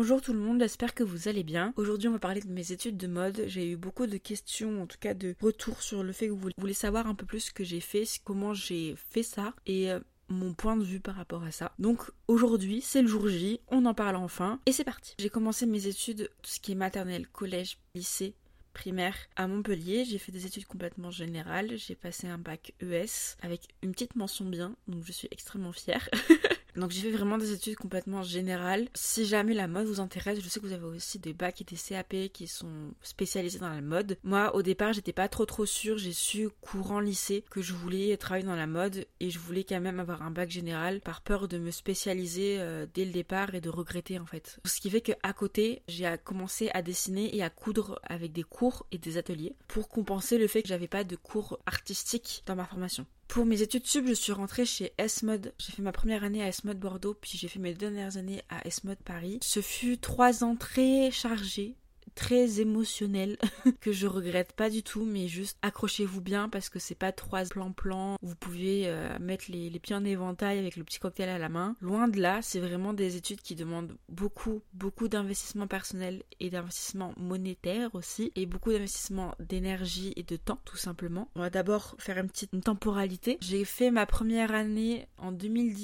Bonjour tout le monde, j'espère que vous allez bien. Aujourd'hui on va parler de mes études de mode. J'ai eu beaucoup de questions, en tout cas de retours sur le fait que vous voulez savoir un peu plus ce que j'ai fait, comment j'ai fait ça et mon point de vue par rapport à ça. Donc aujourd'hui c'est le jour J, on en parle enfin et c'est parti. J'ai commencé mes études, tout ce qui est maternelle, collège, lycée, primaire à Montpellier. J'ai fait des études complètement générales, j'ai passé un bac ES avec une petite mention bien, donc je suis extrêmement fière. Donc j'ai fait vraiment des études complètement générales. Si jamais la mode vous intéresse, je sais que vous avez aussi des bacs et des CAP qui sont spécialisés dans la mode. Moi au départ j'étais pas trop sûre, j'ai su courant lycée que je voulais travailler dans la mode et je voulais quand même avoir un bac général par peur de me spécialiser dès le départ et de regretter en fait. Ce qui fait qu'à côté j'ai commencé à dessiner et à coudre avec des cours et des ateliers pour compenser le fait que j'avais pas de cours artistiques dans ma formation. Pour mes études sup, je suis rentrée chez S-Mode. J'ai fait ma première année à S-Mode Bordeaux, puis j'ai fait mes 2 dernières années à S-Mode Paris. Ce fut 3 ans très chargés, très émotionnels, que je regrette pas du tout, mais juste accrochez-vous bien parce que c'est pas 3 plans. Vous pouvez mettre les pieds en éventail avec le petit cocktail à la main. Loin de là, c'est vraiment des études qui demandent beaucoup d'investissement personnel et d'investissement monétaire aussi, et beaucoup d'investissement d'énergie et de temps tout simplement. On va d'abord faire une temporalité. J'ai fait ma première année en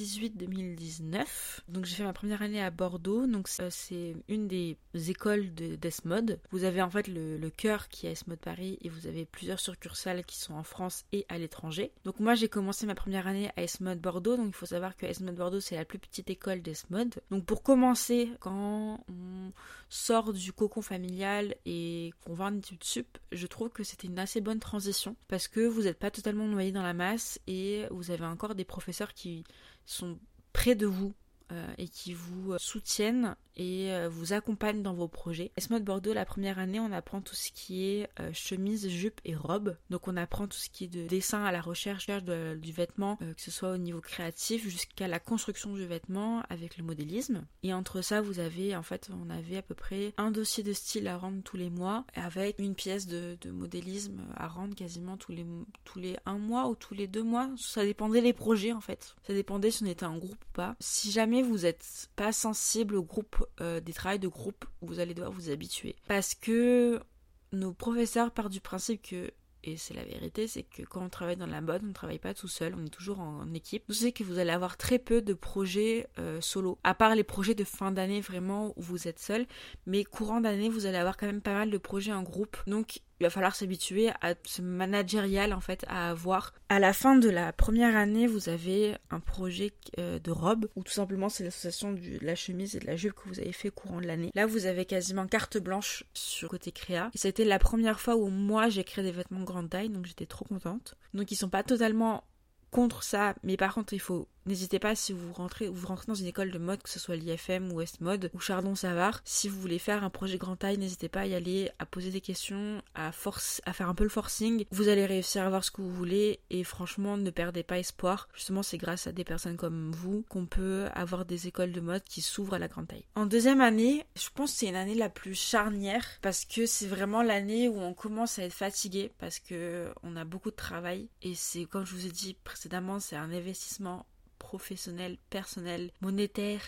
2018-2019, donc j'ai fait ma première année à Bordeaux, donc c'est une des écoles d'Es-Mode. Vous avez en fait le cœur qui est S-Mode Paris et vous avez plusieurs succursales qui sont en France et à l'étranger. Donc moi j'ai commencé ma première année à S-Mode Bordeaux, donc il faut savoir que S-Mode Bordeaux c'est la plus petite école d'Es-Mode. Donc pour commencer, quand on sort du cocon familial et qu'on va en études sup, je trouve que c'était une assez bonne transition parce que vous n'êtes pas totalement noyé dans la masse et vous avez encore des professeurs qui sont près de vous et qui vous soutiennent et vous accompagnent dans vos projets. S-Mode Bordeaux, la première année, on apprend tout ce qui est chemise, jupe et robe. Donc on apprend tout ce qui est de dessin à la recherche du vêtement, que ce soit au niveau créatif jusqu'à la construction du vêtement avec le modélisme. Et entre ça, on avait à peu près un dossier de style à rendre tous les mois avec une pièce de modélisme à rendre quasiment tous les 1 mois ou tous les 2 mois. Ça dépendait des projets en fait. Ça dépendait si on était en groupe ou pas. Si jamais vous n'êtes pas sensible au groupe, des travails de groupe, vous allez devoir vous habituer. Parce que nos professeurs partent du principe que, et c'est la vérité, c'est que quand on travaille dans la mode, on ne travaille pas tout seul, on est toujours en équipe. Vous savez que vous allez avoir très peu de projets solo, à part les projets de fin d'année vraiment où vous êtes seul, mais courant d'année, vous allez avoir quand même pas mal de projets en groupe. Donc il va falloir s'habituer à ce managérial en fait à avoir. À la fin de la première année, vous avez un projet de robe, ou tout simplement c'est l'association de la chemise et de la jupe que vous avez fait courant de l'année. Là, vous avez quasiment carte blanche sur côté créa. Et ça a été la première fois où moi j'ai créé des vêtements grande taille, donc j'étais trop contente. Donc ils sont pas totalement contre ça, mais par contre n'hésitez pas si vous rentrez dans une école de mode, que ce soit l'IFM ou Est-Mode ou Chardon-Savard, si vous voulez faire un projet grande taille, n'hésitez pas à y aller, à poser des questions, à faire un peu le forcing. Vous allez réussir à avoir ce que vous voulez et franchement ne perdez pas espoir. Justement c'est grâce à des personnes comme vous qu'on peut avoir des écoles de mode qui s'ouvrent à la grande taille. En deuxième année, je pense que c'est une année la plus charnière parce que c'est vraiment l'année où on commence à être fatigué parce que on a beaucoup de travail et c'est, comme je vous ai dit précédemment, c'est un investissement professionnel, personnel, monétaire,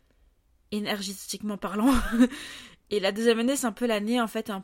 énergétiquement parlant. Et la deuxième année, c'est un peu l'année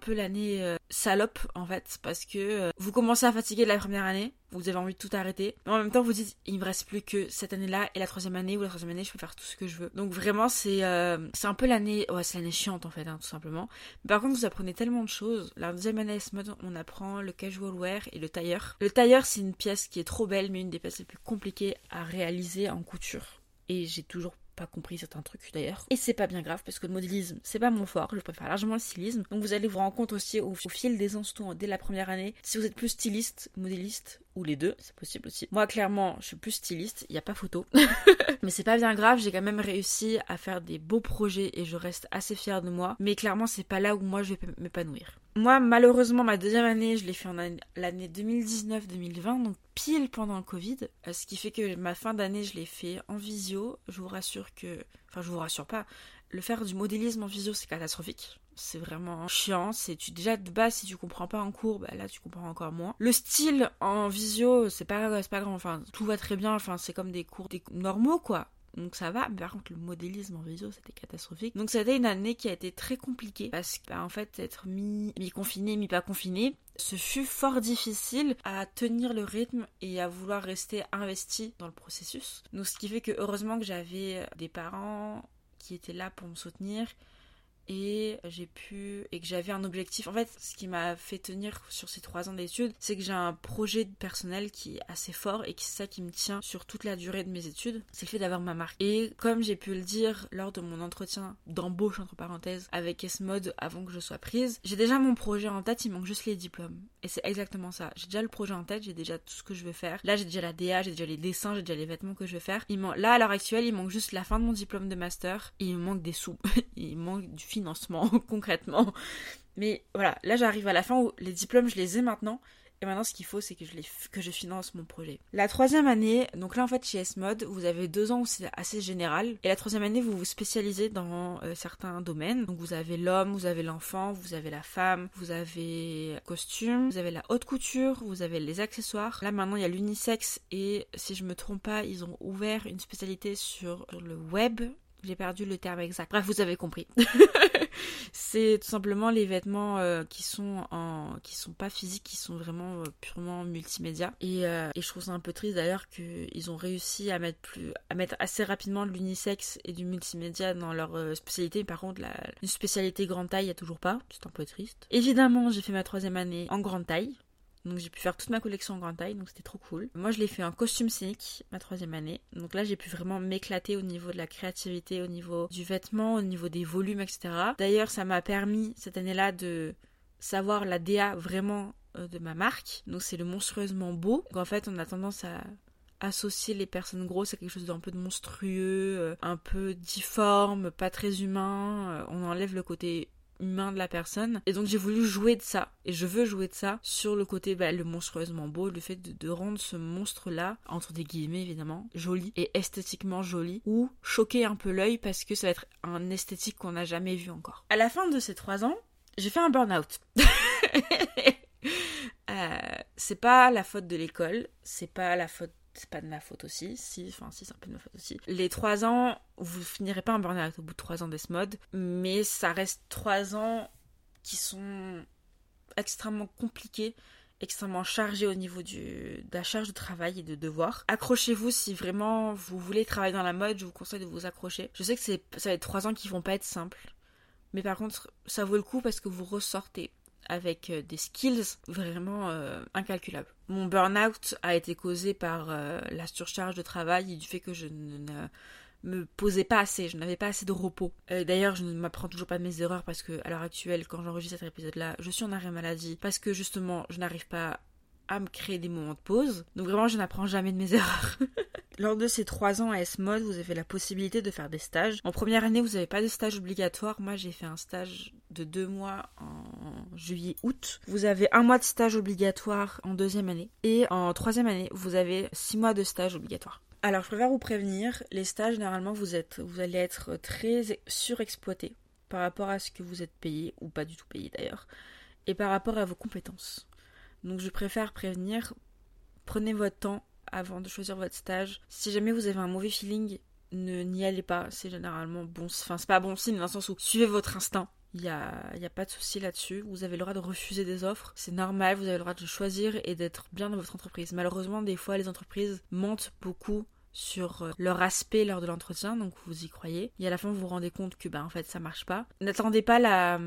salope en fait, parce que vous commencez à fatiguer de la première année, vous avez envie de tout arrêter, mais en même temps vous dites il me reste plus que cette année-là et la troisième année je peux faire tout ce que je veux. Donc vraiment c'est un peu l'année, c'est l'année chiante en fait, tout simplement. Mais par contre vous apprenez tellement de choses. La deuxième année S-Mode, on apprend le casual wear et le tailleur. Le tailleur c'est une pièce qui est trop belle, mais une des pièces les plus compliquées à réaliser en couture. Et j'ai toujours pas compris certains trucs d'ailleurs. Et c'est pas bien grave parce que le modélisme c'est pas mon fort, je préfère largement le stylisme. Donc vous allez vous rendre compte aussi au fil des ans, surtout dès la première année, si vous êtes plus styliste, modéliste ou les deux, c'est possible aussi. Moi clairement je suis plus styliste, il n'y a pas photo. Mais c'est pas bien grave, j'ai quand même réussi à faire des beaux projets et je reste assez fière de moi. Mais clairement c'est pas là où moi je vais m'épanouir. Moi malheureusement ma deuxième année je l'ai fait l'année 2019-2020, donc pile pendant le Covid, ce qui fait que ma fin d'année je l'ai fait en visio. Je vous rassure pas, le faire du modélisme en visio c'est catastrophique. C'est vraiment chiant, déjà de base si tu comprends pas en cours, là tu comprends encore moins. Le style en visio, c'est pas grave, enfin tout va très bien, enfin c'est comme des cours normaux quoi. donc ça va, mais par contre le modélisme en visio c'était catastrophique. Donc ça a été une année qui a été très compliquée parce que en fait être mi-confiné, mi-pas confiné, ce fut fort difficile à tenir le rythme et à vouloir rester investi dans le processus. Donc ce qui fait que heureusement que j'avais des parents qui étaient là pour me soutenir et que j'avais un objectif. En fait, ce qui m'a fait tenir sur ces 3 ans d'études, c'est que j'ai un projet personnel qui est assez fort et c'est ça qui me tient sur toute la durée de mes études, c'est le fait d'avoir ma marque. Et comme j'ai pu le dire lors de mon entretien d'embauche, entre parenthèses, avec S-Mode avant que je sois prise, j'ai déjà mon projet en tête, il manque juste les diplômes. Et c'est exactement ça. J'ai déjà le projet en tête, j'ai déjà tout ce que je veux faire. Là, j'ai déjà la DA, j'ai déjà les dessins, j'ai déjà les vêtements que je veux faire. Là, à l'heure actuelle, il manque juste la fin de mon diplôme de master et il me manque des sous. Il me manque du financement, concrètement. Mais voilà, là, j'arrive à la fin où les diplômes, je les ai maintenant. Et maintenant, ce qu'il faut, c'est que je finance mon projet. La 3e année, donc là, en fait, chez S-Mode, vous avez 2 ans où c'est assez général. Et la 3e année, vous vous spécialisez dans certains domaines. Donc, vous avez l'homme, vous avez l'enfant, vous avez la femme, vous avez costume, vous avez la haute couture, vous avez les accessoires. Là, maintenant, il y a l'unisexe. Et si je me trompe pas, ils ont ouvert une spécialité sur le web. J'ai perdu le terme exact. Bref, vous avez compris. C'est tout simplement les vêtements qui sont pas physiques, qui sont vraiment purement multimédia. Et je trouve ça un peu triste d'ailleurs qu'ils ont réussi à mettre assez rapidement de l'unisexe et du multimédia dans leur spécialité. Par contre, une spécialité grande taille, il n'y a toujours pas. C'est un peu triste. Évidemment, j'ai fait ma 3e année en grande taille. Donc j'ai pu faire toute ma collection en grande taille, donc c'était trop cool. Moi je l'ai fait en costume scénique, ma 3e année. Donc là j'ai pu vraiment m'éclater au niveau de la créativité, au niveau du vêtement, au niveau des volumes, etc. D'ailleurs ça m'a permis cette année-là de savoir la DA vraiment de ma marque. Donc c'est le monstrueusement beau. Donc en fait on a tendance à associer les personnes grosses à quelque chose d'un peu de monstrueux, un peu difforme, pas très humain. On enlève le côté humain de la personne, et donc j'ai voulu jouer de ça, et je veux jouer de ça sur le côté le monstrueusement beau, le fait de rendre ce monstre là, entre des guillemets évidemment, joli et esthétiquement joli, ou choquer un peu l'œil parce que ça va être un esthétique qu'on n'a jamais vu encore. À la fin de ces 3 ans, j'ai fait un burn-out. C'est pas la faute de l'école, c'est pas de ma faute aussi, si c'est un peu de ma faute aussi. Les 3 ans, vous finirez pas un burn-out au bout de 3 ans d'S-Mode, mais ça reste 3 ans qui sont extrêmement compliqués, extrêmement chargés au niveau de la charge de travail et de devoirs. Accrochez-vous si vraiment vous voulez travailler dans la mode, je vous conseille de vous accrocher. Je sais que ça va être 3 ans qui vont pas être simples, mais par contre, ça vaut le coup parce que vous ressortez avec des skills vraiment incalculables. Mon burn-out a été causé par la surcharge de travail et du fait que je ne me posais pas assez, je n'avais pas assez de repos. D'ailleurs, je ne m'apprends toujours pas de mes erreurs parce que à l'heure actuelle, quand j'enregistre cet épisode-là, je suis en arrêt maladie parce que justement, je n'arrive pas à me créer des moments de pause. Donc vraiment, je n'apprends jamais de mes erreurs. Lors de ces 3 ans à S-Mode, vous avez la possibilité de faire des stages. En première année, vous n'avez pas de stage obligatoire. Moi, j'ai fait un stage de 2 mois en juillet-août. Vous avez 1 mois de stage obligatoire en 2e année. Et en 3e année, vous avez 6 mois de stage obligatoire. Alors, je préfère vous prévenir, les stages, généralement, vous allez être très surexploité par rapport à ce que vous êtes payé, ou pas du tout payé d'ailleurs, et par rapport à vos compétences. Donc, je préfère prévenir, prenez votre temps avant de choisir votre stage. Si jamais vous avez un mauvais feeling, n'y allez pas. C'est généralement bon. Enfin, c'est pas bon signe dans le sens où suivez votre instinct. Il y a pas de souci là-dessus. Vous avez le droit de refuser des offres. C'est normal. Vous avez le droit de choisir et d'être bien dans votre entreprise. Malheureusement, des fois, les entreprises mentent beaucoup sur leur aspect lors de l'entretien. Donc, vous y croyez. Et à la fin, vous vous rendez compte que, en fait, ça marche pas. N'attendez pas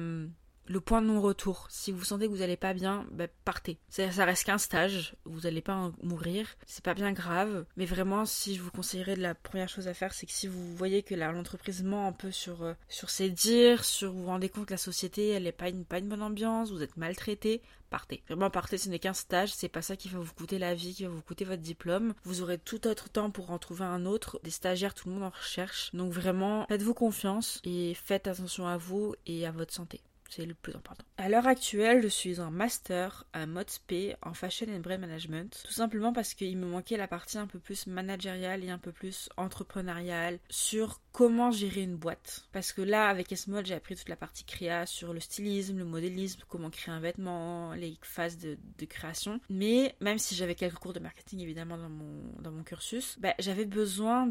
le point de non-retour. Si vous sentez que vous allez pas bien, partez. Ça reste qu'un stage, vous allez pas mourir, c'est pas bien grave, mais vraiment, si je vous conseillerais, la première chose à faire, c'est que si vous voyez que l'entreprise ment un peu sur ses dires, vous vous rendez compte que la société, elle est pas une bonne ambiance, vous êtes maltraité, partez. Vraiment, partez, ce n'est qu'un stage, c'est pas ça qui va vous coûter la vie, qui va vous coûter votre diplôme. Vous aurez tout autre temps pour en trouver un autre. Des stagiaires, tout le monde en recherche. Donc vraiment, faites-vous confiance et faites attention à vous et à votre santé. C'est le plus important. À l'heure actuelle, je suis en master à mode spé en fashion and brand management. Tout simplement parce qu'il me manquait la partie un peu plus managériale et un peu plus entrepreneuriale sur comment gérer une boîte. Parce que là, avec S-Mode, j'ai appris toute la partie créa sur le stylisme, le modélisme, comment créer un vêtement, les phases de création. Mais même si j'avais quelques cours de marketing évidemment dans mon cursus, j'avais besoin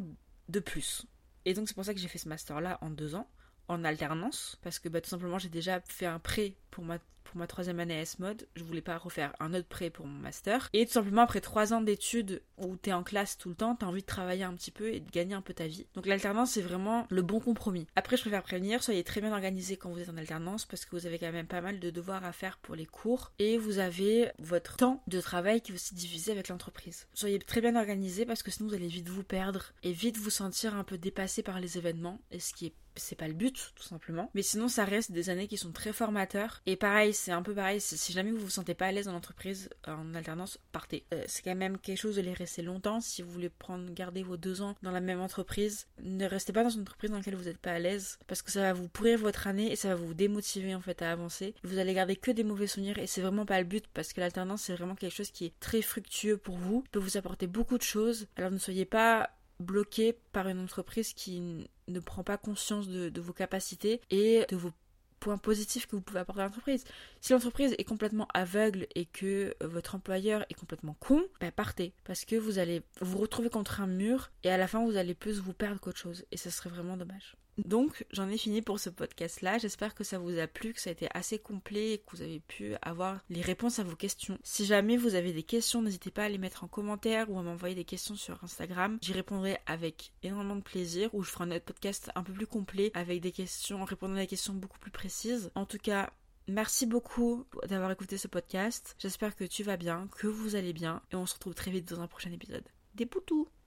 de plus. Et donc c'est pour ça que j'ai fait ce master-là en 2 ans, en alternance, parce que tout simplement j'ai déjà fait un prêt pour ma 3e année S-Mode, je voulais pas refaire un autre prêt pour mon master, et tout simplement après 3 ans d'études où t'es en classe tout le temps, t'as envie de travailler un petit peu et de gagner un peu ta vie. Donc l'alternance c'est vraiment le bon compromis. Après je préfère prévenir, soyez très bien organisés quand vous êtes en alternance, parce que vous avez quand même pas mal de devoirs à faire pour les cours, et vous avez votre temps de travail qui est aussi divisé avec l'entreprise. Soyez très bien organisés parce que sinon vous allez vite vous perdre, et vite vous sentir un peu dépassé par les événements, et ce qui est c'est pas le but, tout simplement. Mais sinon, ça reste des années qui sont très formateurs. Et pareil, c'est un peu pareil. Si jamais vous vous sentez pas à l'aise dans l'entreprise, en alternance, partez. C'est quand même quelque chose de les rester longtemps. Si vous voulez garder vos 2 ans dans la même entreprise, ne restez pas dans une entreprise dans laquelle vous n'êtes pas à l'aise. Parce que ça va vous pourrir votre année et ça va vous démotiver, en fait, à avancer. Vous allez garder que des mauvais souvenirs et c'est vraiment pas le but. Parce que l'alternance, c'est vraiment quelque chose qui est très fructueux pour vous. Peut vous apporter beaucoup de choses. Alors ne soyez pas bloqué par une entreprise qui ne prend pas conscience de vos capacités et de vos points positifs que vous pouvez apporter à l'entreprise. Si l'entreprise est complètement aveugle et que votre employeur est complètement con, partez. Parce que vous allez vous retrouver contre un mur et à la fin vous allez plus vous perdre qu'autre chose. Et ça serait vraiment dommage. Donc j'en ai fini pour ce podcast là, j'espère que ça vous a plu, que ça a été assez complet et que vous avez pu avoir les réponses à vos questions. Si jamais vous avez des questions, n'hésitez pas à les mettre en commentaire ou à m'envoyer des questions sur Instagram, j'y répondrai avec énormément de plaisir, ou je ferai un autre podcast un peu plus complet avec des questions, en répondant à des questions beaucoup plus précises. En tout cas, merci beaucoup d'avoir écouté ce podcast, j'espère que tu vas bien, que vous allez bien et on se retrouve très vite dans un prochain épisode. Des poutous!